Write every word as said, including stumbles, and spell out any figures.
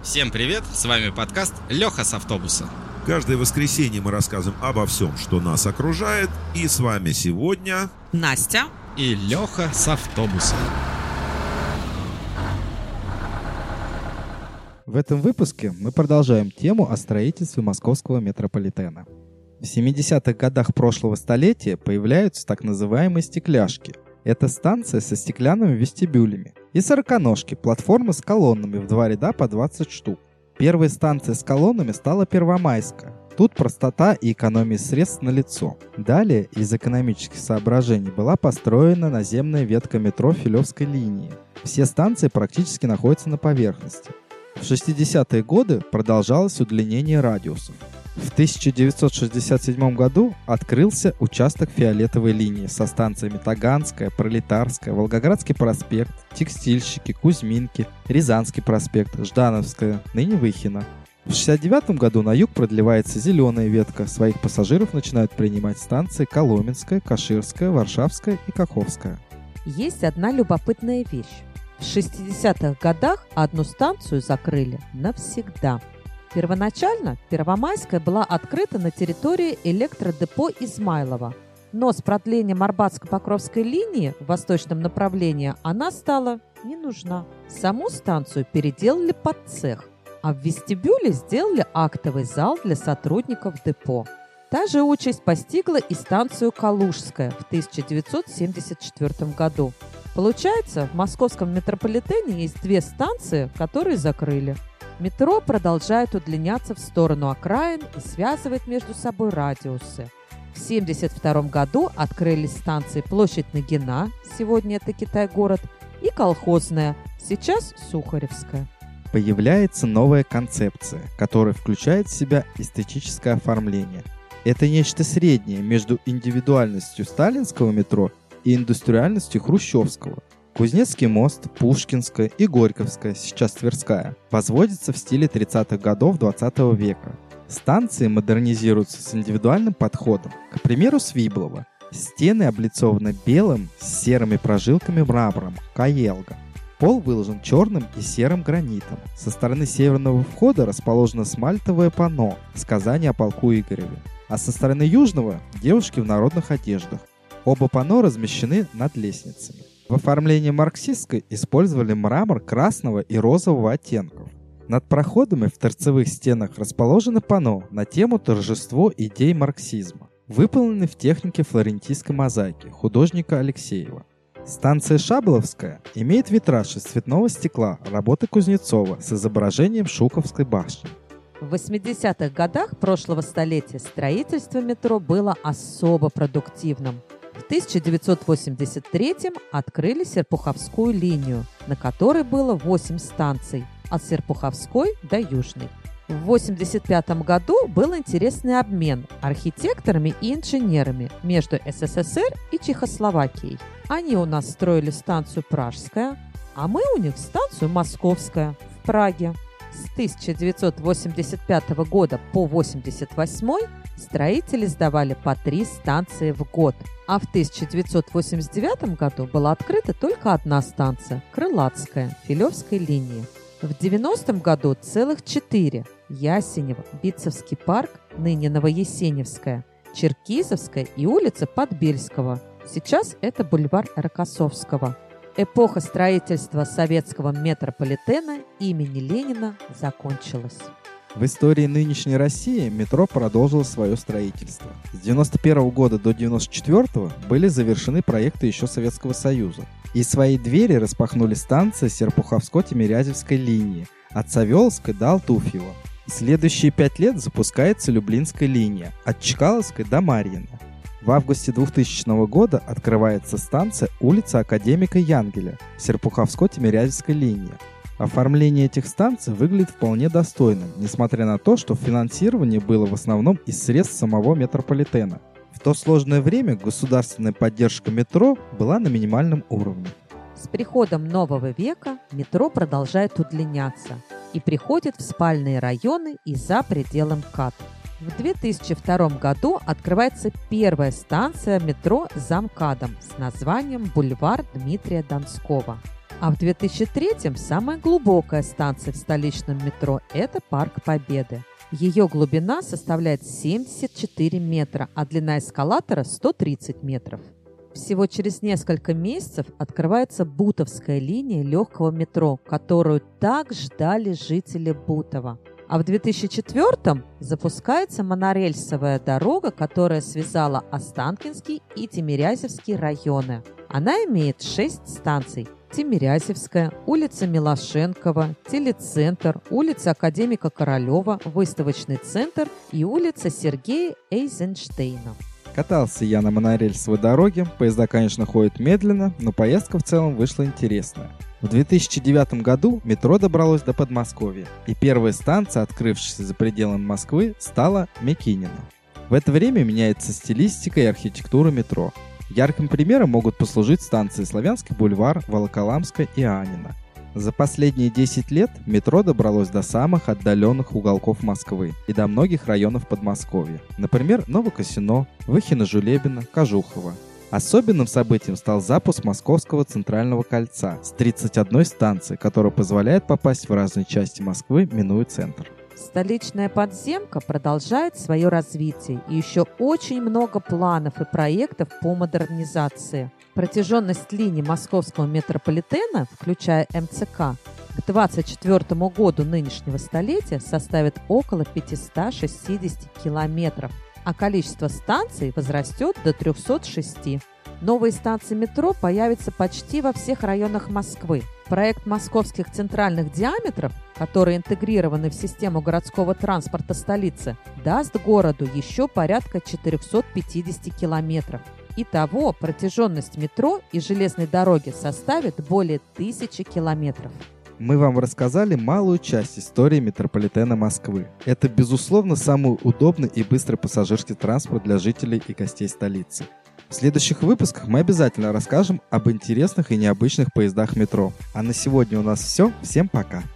Всем привет, с вами подкаст «Леха с автобуса». Каждое воскресенье мы рассказываем обо всем, что нас окружает. И с вами сегодня Настя и Леха с автобуса. В этом выпуске мы продолжаем тему о строительстве московского метрополитена. В семидесятых годах прошлого столетия появляются так называемые стекляшки. Это станция со стеклянными вестибюлями. И сороконожки, платформы с колоннами в два ряда по двадцать штук. Первой станцией с колоннами стала Первомайская. Тут простота и экономия средств налицо. Далее, из экономических соображений, была построена наземная ветка метро Филевской линии. Все станции практически находятся на поверхности. В шестидесятые годы продолжалось удлинение радиусов. В тысяча девятьсот шестьдесят седьмом году открылся участок фиолетовой линии со станциями Таганская, Пролетарская, Волгоградский проспект, Текстильщики, Кузьминки, Рязанский проспект, Ждановская, ныне Выхино. В шестьдесят девятом году на юг продлевается зеленая ветка. Своих пассажиров начинают принимать станции Коломенская, Каширская, Варшавская и Каховская. Есть одна любопытная вещь. В шестидесятых годах одну станцию закрыли навсегда. Первоначально Первомайская была открыта на территории электродепо Измайлово, но с продлением Арбатско-Покровской линии в восточном направлении она стала не нужна. Саму станцию переделали под цех, а в вестибюле сделали актовый зал для сотрудников депо. Та же участь постигла и станцию Калужская в тысяча девятьсот семьдесят четвёртом году. Получается, в московском метрополитене есть две станции, которые закрыли. Метро продолжает удлиняться в сторону окраин и связывает между собой радиусы. В семьдесят втором году открылись станции Площадь Нагина, сегодня это Китай-город, и Колхозная, сейчас Сухаревская. Появляется новая концепция, которая включает в себя эстетическое оформление. Это нечто среднее между индивидуальностью сталинского метро и индустриальностью хрущевского. Кузнецкий мост, Пушкинская и Горьковская, сейчас Тверская, возводятся в стиле тридцатых годов двадцатого века. Станции модернизируются с индивидуальным подходом. К примеру, Свиблово. Стены облицованы белым с серыми прожилками мрамором, Каелга. Пол выложен черным и серым гранитом. Со стороны северного входа расположено смальтовое панно «Сказание о полку Игореве», а со стороны южного – девушки в народных одеждах. Оба панно размещены над лестницами. В оформлении марксистской использовали мрамор красного и розового оттенков. Над проходами в торцевых стенах расположены панно на тему «Торжество идей марксизма», выполнены в технике флорентийской мозаики художника Алексеева. Станция Шабловская имеет витраж из цветного стекла работы Кузнецова с изображением Шуковской башни. В восьмидесятых годах прошлого столетия строительство метро было особо продуктивным. В тысяча девятьсот восемьдесят третьем открыли Серпуховскую линию, на которой было восемь станций, от Серпуховской до Южной. В восемьдесят пятом году был интересный обмен архитекторами и инженерами между СССР и Чехословакией. Они у нас строили станцию Пражская, а мы у них станцию Московская в Праге. С тысяча девятьсот восемьдесят пятого года по восемьдесят восьмой строители сдавали по три станции в год, а в тысяча девятьсот восемьдесят девятом году была открыта только одна станция – Крылатская, Филевской линии. В девяностом году целых четыре – Ясенево, Битцевский парк, ныне Новоесеневская, Черкизовская и улица Подбельского. Сейчас это бульвар Рокоссовского. Эпоха строительства советского метрополитена имени Ленина закончилась. В истории нынешней России метро продолжило свое строительство. С девяносто первого года до девяносто четвёртого были завершены проекты еще Советского Союза. И свои двери распахнули станции Серпуховско-Тимирязевской линии от Савеловской до Алтуфьева. Следующие пять лет запускается Люблинская линия от Чкаловской до Марьино. В августе двухтысячного года открывается станция улица Академика Янгеля, Серпуховско-Тимирязевской линии. Оформление этих станций выглядит вполне достойным, несмотря на то, что финансирование было в основном из средств самого метрополитена. В то сложное время государственная поддержка метро была на минимальном уровне. С приходом нового века метро продолжает удлиняться и приходит в спальные районы и за пределы МКАД. В две тысячи втором году открывается первая станция метро за МКАДом с названием «Бульвар Дмитрия Донского». А в две тысячи третьем самая глубокая станция в столичном метро – это Парк Победы. Ее глубина составляет семьдесят четыре метра, а длина эскалатора – сто тридцать метров. Всего через несколько месяцев открывается Бутовская линия легкого метро, которую так ждали жители Бутова. А в две тысячи четвёртом запускается монорельсовая дорога, которая связала Останкинский и Тимирязевский районы. Она имеет шесть станций: Тимирязевская, улица Милошенкова, Телецентр, улица Академика Королева, Выставочный центр и улица Сергея Эйзенштейна. Катался я на монорельсовой дороге, поезда, конечно, ходят медленно, но поездка в целом вышла интересная. В две тысячи девятом году метро добралось до Подмосковья, и первая станция, открывшаяся за пределами Москвы, стала Микинино. В это время меняется стилистика и архитектура метро. Ярким примером могут послужить станции Славянский бульвар, Волоколамская и Анина. За последние десять лет метро добралось до самых отдаленных уголков Москвы и до многих районов Подмосковья. Например, Новокосино, Выхино-Жулебино, Кожухово. Особенным событием стал запуск Московского центрального кольца с тридцать одной станцией, которая позволяет попасть в разные части Москвы, минуя центр. Столичная подземка продолжает свое развитие, и еще очень много планов и проектов по модернизации. Протяженность линий московского метрополитена, включая эм цэ ка, к двадцать четвёртому году нынешнего столетия составит около пятьсот шестьдесят километров, а количество станций возрастет до трехсот шести. Новые станции метро появятся почти во всех районах Москвы. Проект московских центральных диаметров, которые интегрированы в систему городского транспорта столицы, даст городу еще порядка четырехсот пятидесяти километров. Итого протяженность метро и железной дороги составит более тысячи километров. Мы вам рассказали малую часть истории метрополитена Москвы. Это, безусловно, самый удобный и быстрый пассажирский транспорт для жителей и гостей столицы. В следующих выпусках мы обязательно расскажем об интересных и необычных поездах метро. А на сегодня у нас все. Всем пока!